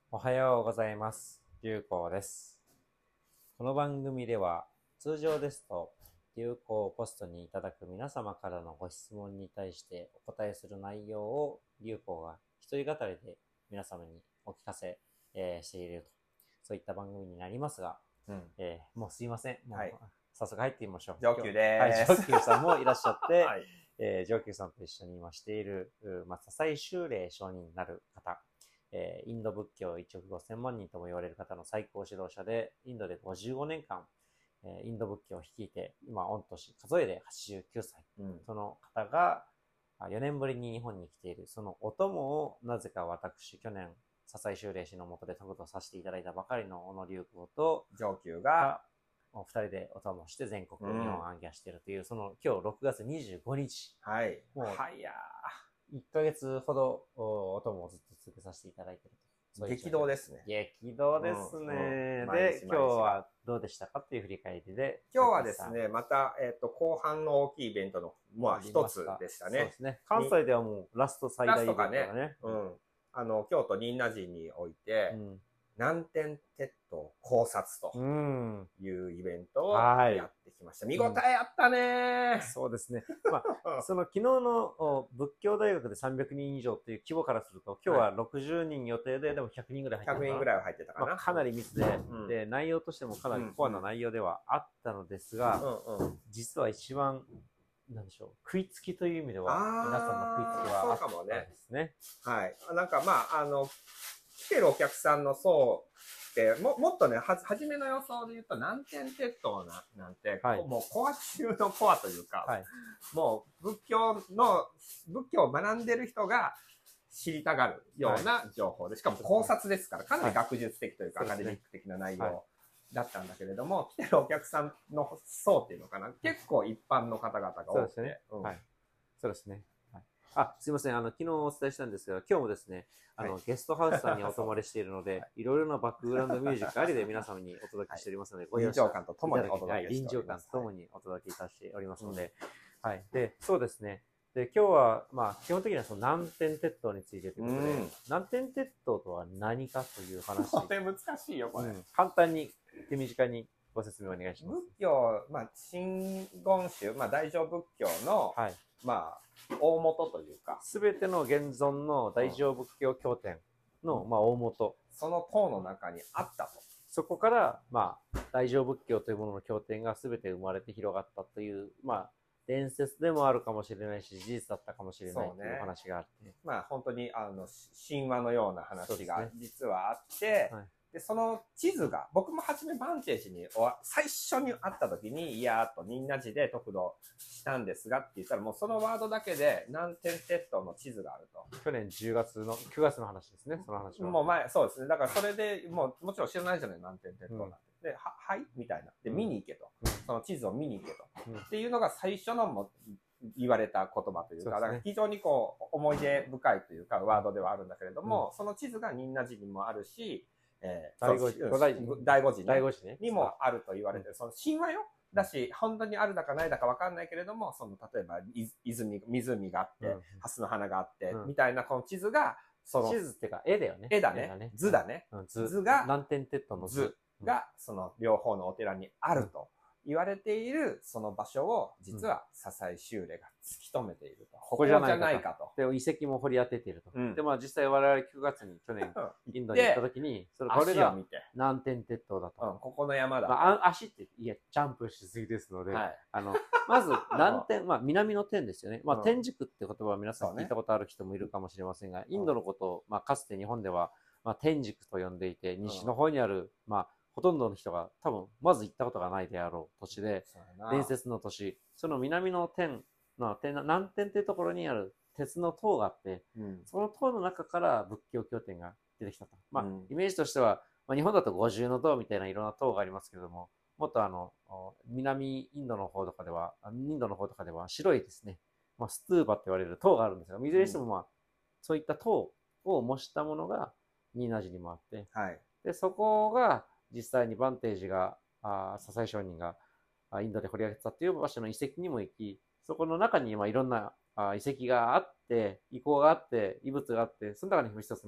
おはようございます。流行です。この番組では通常ですと流行ポストにいただく皆様からのご質問に対してお答えする内容を流行が一人語りで皆様にお聞かせ、していると、そういった番組になりますが、もうすいません。もう、早速入ってみましょう。 上級です。 はい、上級さんもいらっしゃって、 はい、 上級さんと一緒に今している、笹井修礼上人になる方、インド仏教一億5000万人とも言われる方の最高指導者で、インドで55年間、インド仏教を率いて、今、御年、数えで89歳、その方が4年ぶりに日本に来ている、そのお供を、なぜか私、去年、笹井修礼氏の下で得度させていただいたばかりの小野隆光と、 上級が、 お二人でお供して全国、日本を暗記しているという、その今日6月25日。 はい。 もう、1ヶ月ほどお供をずっと続けさせていただいていると。 激動ですね。 激動ですね。で、今日はどうでしたかっていう振り返りで。 今日はですね、また、後半の大きいイベントの、一つでしたね。 そうですね。関西ではもうラスト最大イベントがね。 京都仁和寺において、南天鉄塔考察というイベントをやってきました。見応えあったね。 そうですね。その昨日の仏教大学で300人以上という規模からすると、今日は60人予定で、でも100人ぐらい入ってた。 100人ぐらいは入ってたかな。 かなり密で、内容としてもかなりコアな内容ではあったのですが、実は一番、なんでしょう、食いつきという意味では、皆さんの食いつきはあったんですね。 はい。なんか来てるお客さんの層って、もっとね、初めの予想で言うと、南天鉄塔なんて、もうコア中のコアというか、もう仏教を学んでる人が知りたがるような情報で、しかも考察ですから、かなり学術的というか、アカデミック的な内容だったんだけれども、来てるお客さんの層っていうのかな、結構一般の方々が多くて。 そうですね。すいません。昨日お伝えしたんですが、今日もですね、ゲストハウスさんにお泊まりしているので、いろいろなバックグラウンドミュージックありで皆様にお届けしておりますので、 臨場感とともにお届け臨場感とともにお届けいたしておりますので、はい。で、そうですね。で、今日は、基本的にはその南天鉄塔についてということで、南天鉄塔とは何かという話。 これ難しいよ、これ。 簡単に、手短にご説明お願いします。 仏教、真言宗、大乗仏教の、大元というか。 すべての現存の大乗仏教経典の、大元。 その塔の中にあったと。 そこから、大乗仏教というものの経典がすべて生まれて広がったという、伝説でもあるかもしれないし、事実だったかもしれないという話があって。 本当に、神話のような話が実はあって、で、その地図が、僕も初めバンテージに、最初に会った時に、仁和寺で得度したんですがって言ったら、もうそのワードだけで、南天鉄塔の地図があると。 去年9月の話ですね、その話は。 もうそうですね。だからそれでもちろん知らないじゃない、南天鉄塔なんて。で、はいみたいな。で、見に行けと。その地図を見に行けと。っていうのが最初の言われた言葉というか、だから非常に思い出深いというか、ワードではあるんだけれども、その地図が仁和寺にもあるし、醍醐寺にもあると言われてる、その神話よだし、本当にあるだかないだか分かんないけれども、例えば湖があって、蓮の花があって、みたいなこの地図が、 地図っていうか絵だよね。 絵だね。図だね。図が、 南天鉄塔の図が、その両方のお寺にあると言われているその場所を、実は笹井修礼が突き止めていると。 ここじゃないかと。で、遺跡も掘り当てていると。で、実際我々9月に去年、インドに行った時に、これが南天鉄塔だと。 ここの山だ。 足って、ジャンプしすぎですので、まず南天、南の天ですよね。天竺って言葉は皆さん聞いたことある人もいるかもしれませんが、インドのことを、かつて日本では、天竺と呼んでいて、西の方にある、ほとんどの人が多分まず行ったことがないであろう土地で、伝説の都市、その南の天、南天っていうところにある鉄の塔があって、その塔の中から仏教経典が出てきたと。イメージとしては、日本だと五重塔みたいないろんな塔がありますけれども、もっと南インドの方とかでは、白いですね、ストゥーバって言われる塔があるんですが、いずれにしてもそういった塔を模したものが仁和寺にもあって、で、そこが、実際にバンテージが、笹井上人がインドで掘り上げてたっていう場所の遺跡にも行き、そこの中にいろんな遺跡があって、遺構があって、遺物があって、その中に一つ、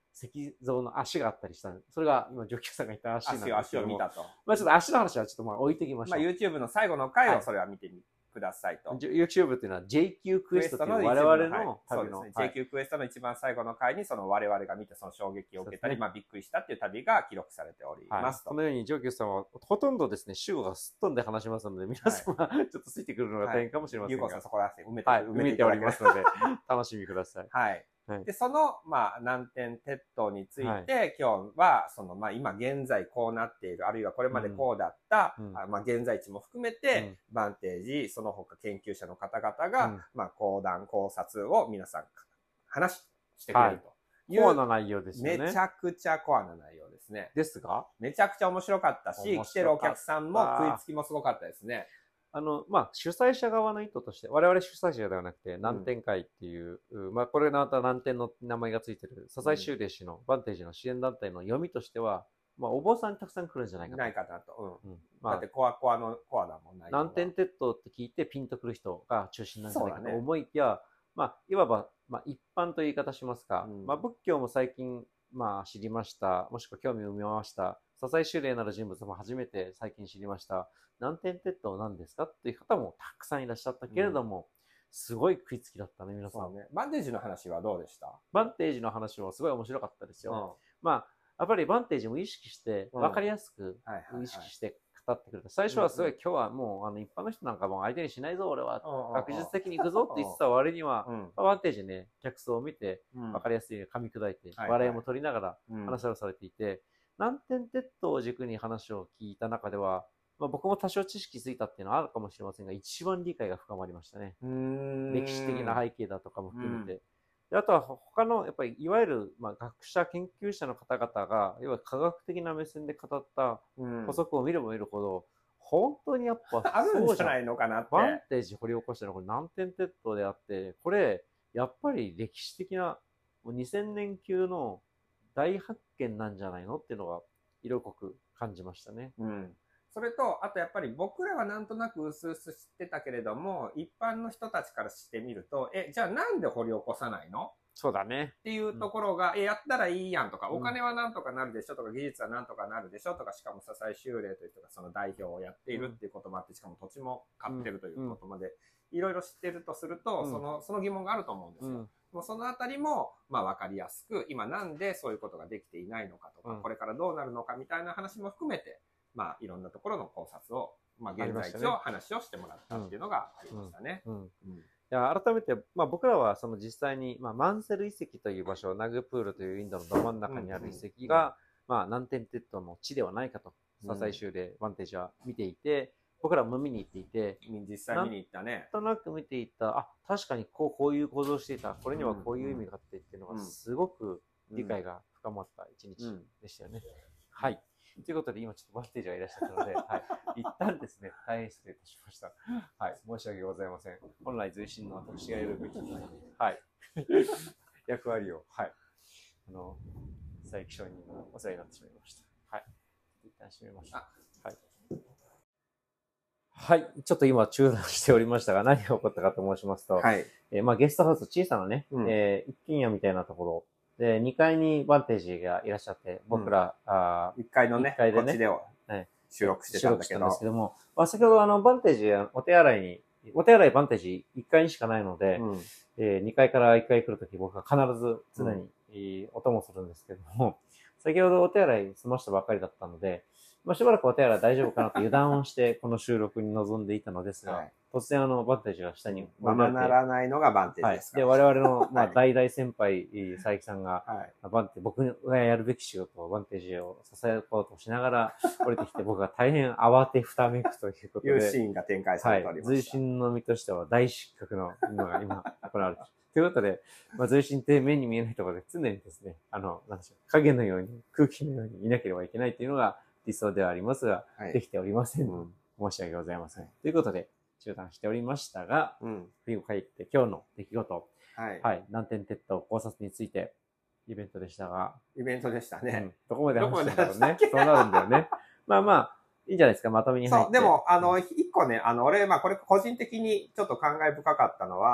石像の足があったりしたんで、それが今、ジョッキーさんが言った足なんですけども。 足を見たと。 まあちょっと足の話はちょっとまあ置いてきましょう。 まあ YouTube の最後の回をそれは見てくださいと。 YouTube っていうのは JQ クエストという我々の旅の。 そうですね。JQ クエストの一番最後の回にその我々が見たその衝撃を受けたり、まあびっくりしたっていう旅が記録されておりますと。 このようにジョッキーさんはほとんどですね、主語がすっ飛んで話しますので、皆様ちょっとついてくるのが大変かもしれませんが。 ゆうこさんそこら辺埋めておりますので、楽しみください。 はい。で、その、まあ、南天鉄塔について、今日は、その、まあ、今現在こうなっている、あるいはこれまでこうだった、まあ、現在地も含めて、バンテージ、その他研究者の方々が、まあ、考察を皆さん話してくれると。 コアな内容ですよね。 めちゃくちゃコアな内容ですね。 ですがめちゃくちゃ面白かったし、来てるお客さんも食いつきもすごかったですね。 まあ、主催者側の意図として、我々主催者ではなくて、南天会っていう、まあ、これまた南天の名前がついてる、笹井修礼氏のバンテージの支援団体の読みとしては、まあ、お坊さんたくさん来るんじゃないかと。 ないかなと。だってコアだもんない。 南天鉄塔って聞いてピンとくる人が中心なんじゃないかと思いきや、まあ、いわば、まあ、一般という言い方しますか、まあ、仏教も最近、まあ、知りました。もしくは興味を見ました。笹井修礼なる人物も初めて最近知りました。南天鉄塔なんですかっていう方もたくさんいらっしゃったけれども、すごい食いつきだったね、皆さん。 バンテージの話はどうでした？ バンテージの話はすごい面白かったですよ。まあ、やっぱりバンテージも意識して、わかりやすく意識して語ってくれた。最初はすごい今日はもう一般の人なんかも相手にしないぞ、俺は。学術的に行くぞって言ってた割には、バンテージね、客層を見て、わかりやすいように噛み砕いて、笑いも取りながら話をされていて、南天鉄塔を軸に話を聞いた中では、まあ、僕も多少知識ついたっていうのはあるかもしれませんが、一番理解が深まりましたね。歴史的な背景だとかも含めて。であとは他の、やっぱりいわゆる、まあ、学者、研究者の方々が、要は科学的な目線で語った補足を見れば見るほど、本当にやっぱあるんじゃないのかなって。 バンテージ掘り起こしたのはこれ南天鉄塔であって、これ、やっぱり歴史的な、もう2000年級の大発見なんじゃないのっていうのが色濃く感じましたね。 それと、あとやっぱり僕らはなんとなく薄々知ってたけれども、一般の人たちからしてみると、じゃあなんで掘り起こさないの？ そうだね。 っていうところが、やったらいいやんとか、お金はなんとかなるでしょとか、技術はなんとかなるでしょとか、しかも笹井修礼という人がその代表をやっているっていうこともあって、しかも土地も買ってるということまで、いろいろ知ってるとすると、その疑問があると思うんですよ。もうそのあたりも、まあ分かりやすく、今なんでそういうことができていないのかとか、これからどうなるのかみたいな話も含めて、まあいろんなところの考察を、まあ現在地を話をしてもらったっていうのがありましたね。 いや改めて、まあ、僕らはその実際に、まあ、マンセル遺跡という場所、ナグプールというインドのど真ん中にある遺跡が、まあ、南天鉄塔の地ではないかと、笹井修礼、バンテージは見ていて、僕らも見に行っていて、 実際見に行ったね。 なんとなく見ていた、確かにこういう構造をしていた、これにはこういう意味があってっていうのが、すごく理解が深まった一日でしたよね。はい。ということで、今ちょっとバンテージがいらっしゃったので、はい。一旦ですね、大変失礼いたしました。はい。申し訳ございません。本来随心の私がやるべき、はい。役割を、はい。佐伯承認のお世話になってしまいました。はい。一旦閉めました。はい。はい。ちょっと今中断しておりましたが、何が起こったかと申しますと、はい。まあゲストハウス、小さなね、一軒家みたいなところ、で、2階にバンテージがいらっしゃって、僕ら、 1階のね、こっちで収録してたんだけど。 ですけども、まあ、先ほどバンテージ、お手洗いバンテージ1階にしかないので、2階から1階来るとき僕は必ず常に、お供するんですけども、先ほどお手洗い済ましたばっかりだったので、まあ、しばらくお手洗い大丈夫かなと油断をしてこの収録に臨んでいたのですが、突然バンテージが下にままならないのがバンテージですから。で、我々の、まあ、大々先輩、佐伯さんが、僕がやるべき仕事をバンテージを支えることをしながら降りてきて、僕が大変慌てふためくということで。 いうシーンが展開されておりました。 随心の身としては大失格ののが今行われている。ということで、まあ、随心って目に見えないところで常にですね、なんでしょう、影のように、空気のようにいなければいけないというのが理想ではありますが、できておりません。申し訳ございません。ということで、中断しておりましたが、振り返って今日の出来事、はい。南天鉄塔考察について、イベントでしたが。 イベントでしたね。 どこまで話したんだろうね。そうなるんだよね。まあまあ、いいんじゃないですか、まとめに入って。 そう、でも、一個ね、俺、まあこれ個人的にちょっと感慨深かったのは、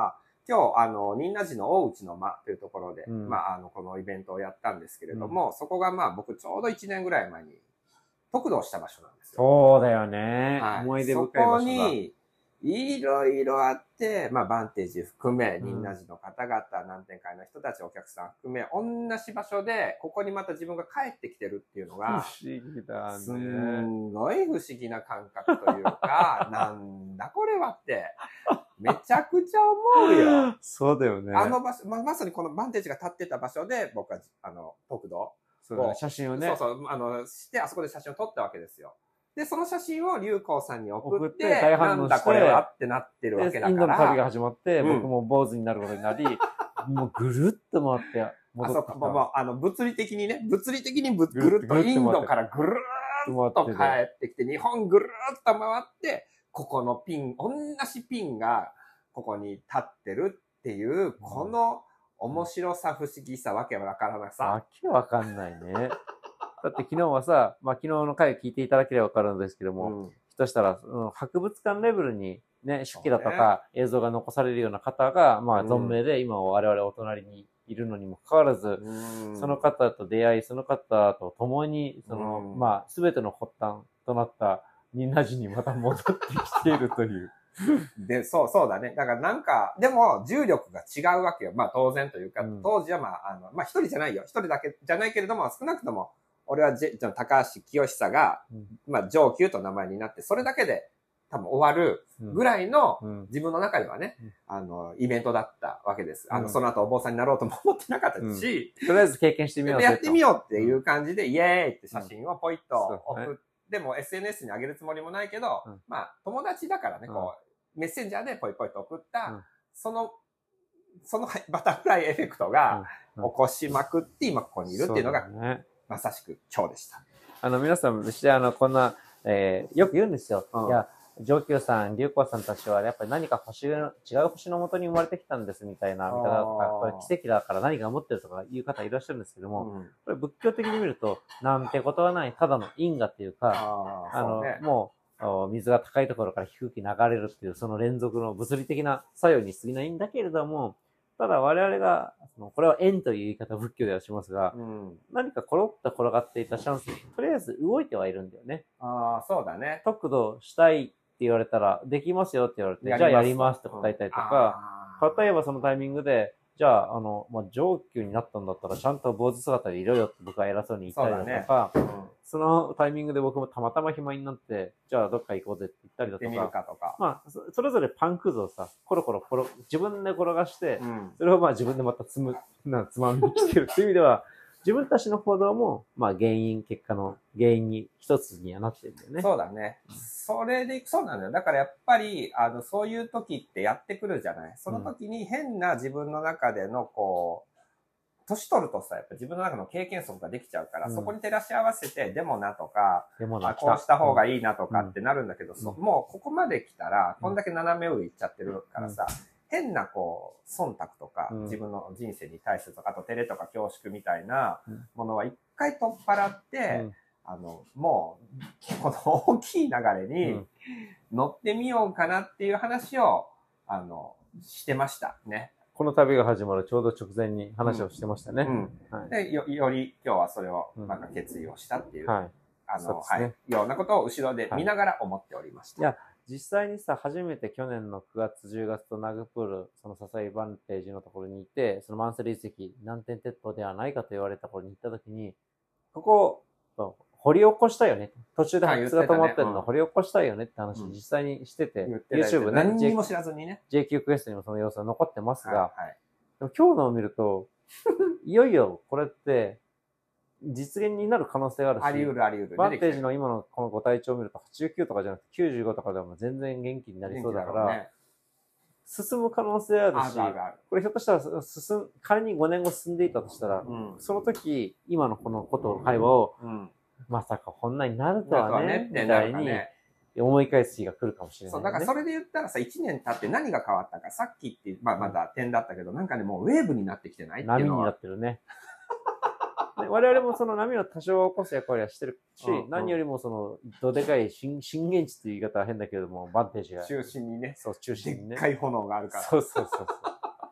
今日、仁和寺の大内の間というところで、このイベントをやったんですけれども、そこが僕ちょうど1年ぐらい前に、得度をした場所なんですよ。 そうだよね。思い出深い場所だ。 そこに、いろいろあって、バンテージ含め、仁和寺の方々、南天会の人たち、お客さん含め、同じ場所で、ここにまた自分が帰ってきてるっていうのが、 不思議だね。 すんごい不思議な感覚というか、なんだこれはって、めちゃくちゃ思うよ。 そうだよね。 場所、まさにこのバンテージが立ってた場所で、僕は、得度を、写真をね。 して、あそこで写真を撮ったわけですよ。で、その写真を龍光さんに送って、 大反応して、 なんだこれはってなってるわけだから。 インドの旅が始まって、僕も坊主になることになり、もうぐるっと回って戻ってきた。 物理的にぐるっとインドからぐるーっと帰ってきて、日本ぐるーっと回って、ここのピン、同じピンがここに立ってるっていう、この面白さ、不思議さ、わけわからなさ。 わけわかんないね。だって昨日はさ、昨日の回を聞いていただければわかるんですけども、ひとしたら、博物館レベルにね、手記だとか映像が残されるような方が、存命で今我々お隣にいるのにもかかわらず、その方と出会い、その方と共に、すべての発端となった仁和寺にまた戻ってきているという。 で、そうだね。だからでも重力が違うわけよ。当然というか、当時は一人じゃないよ。一人だけじゃないけれども、少なくとも、俺は高橋清久が、上級と名前になって、それだけで多分終わるぐらいの、自分の中ではね、イベントだったわけです。その後お坊さんになろうとも思ってなかったし、 とりあえず経験してみようやってみようっていう感じで、イエーイって写真をポイッと送って、でも SNS に上げるつもりもないけど、友達だからね、メッセンジャーでポイポイと送った、そのバタフライエフェクトが起こしまくって今ここにいるっていうのが、まさしく今日でした。 皆さん、こんな、よく言うんですよ。いや、上級さん、龍光さんたちは、やっぱり何か違う星の元に生まれてきたんです、みたいな、これ奇跡だから何か持ってるとかいう方いらっしゃるんですけども、これ仏教的に見ると、なんてことはない、ただの因果っていうか、もう、水が高いところから低く流れるっていう、その連続の物理的な作用に過ぎないんだけれども、ただ我々が、これは縁という言い方を仏教ではしますが、何かコロッと転がっていたチャンスに、とりあえず動いてはいるんだよね。 そうだね。 得度したいって言われたら、できますよって言われて、じゃあやりますって答えたりとか、例えばそのタイミングで、じゃあ、上級になったんだったら、ちゃんと坊主姿でいろよって僕は偉そうに言ったりだとか、そのタイミングで僕もたまたま暇になって、じゃあどっか行こうぜって言ったりだとか、それぞれパンくずをさ、コロコロ自分で転がして、それを自分でまたつまみに来てるっていう意味では、自分たちの行動も、結果の原因に一つにはなってるんだよね。 そうだね。そうなんだよ。だからやっぱり、そういう時ってやってくるじゃない。その時に変な自分の中での年取るとさ、やっぱ自分の中の経験則ができちゃうから、そこに照らし合わせて、でもなとか、こうした方がいいなとかってなるんだけど、もうここまで来たら、こんだけ斜め上行っちゃってるからさ、変な忖度とか、自分の人生に対するとか、あと照れとか恐縮みたいなものは一回取っ払って、もう、この大きい流れに乗ってみようかなっていう話を、してましたね。 この旅が始まるちょうど直前に話をしてましたね。 で、より今日はそれを、決意をしたっていう、ようなことを後ろで見ながら思っておりました。 いや、実際にさ、初めて去年の9月、10月とナグプール、その笹井バンテージのところにいて、そのマンスリー遺跡、南天鉄塔ではないかと言われたところに行ったときに、ここ、掘り起こしたよね。途中で発掘が止まってるの掘り起こしたいよねって話実際にしてて、 YouTube ね。何にも知らずにね。 JQ クエストにもその様子が残ってますが、でも今日のを見ると、いよいよこれって実現になる可能性があるし、 あり得るあり得る。 バンテージの今のこのご体調を見ると89とかじゃなくて95とかでも全然元気になりそうだから、進む可能性あるし、これひょっとしたら仮に5年後進んでいたとしたら、その時、今のこの会話を、まさかこんなになるとはね、みたいに思い返す日が来るかもしれない、 そう、だからそれで言ったらさ、1年経って何が変わったか、さっきって、まだ点だったけど、なんかね、もうウェーブになってきてないっていうのは。 波になってるね。我々もその波を多少起こす役割はしてるし、何よりもその、どでかい震源地という言い方は変だけれども、バンテージが。 中心にね。 そう、中心にね。 でっかい炎があるから。 そう。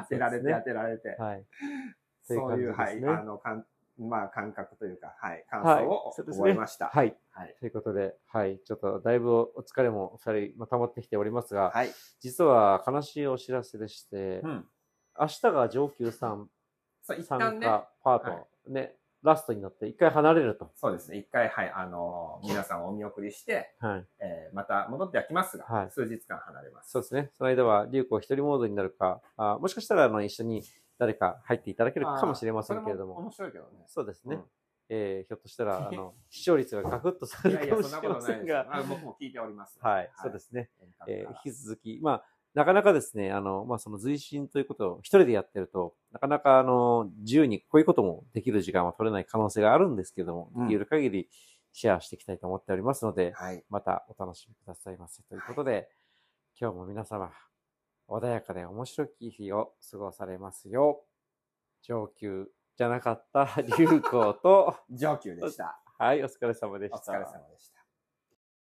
当てられて当てられて。 はい。 そういう、はい、まあ、感覚というか、はい、感想を覚えました。 はい。ということで、はい。ちょっと、だいぶお疲れも二人、溜まってきておりますが、はい。実は悲しいお知らせでして、明日が上級さん参加パート、ね、ラストになって一回離れると。 そうですね。一回、はい、皆さんをお見送りして、はい。また戻ってはきますが、はい。数日間離れます。 そうですね。その間は、龍子一人モードになるか、もしかしたら、一緒に誰か入っていただけるかもしれませんけれども。 面白いけどね。 そうですね。ひょっとしたら、視聴率がガクッと下がるかもしれませんが。 僕も聞いております。 はい。そうですね。引き続き、まあ、なかなかですね、まあ、その随心ということを一人でやってると、なかなか自由にこういうこともできる時間は取れない可能性があるんですけども、できる限りシェアしていきたいと思っておりますので、はい、またお楽しみくださいませ。ということで、今日も皆様、穏やかで面白い日を過ごされますよう、上級じゃなかった流行と上級でした。 はい、お疲れ様でした。 お疲れ様でした。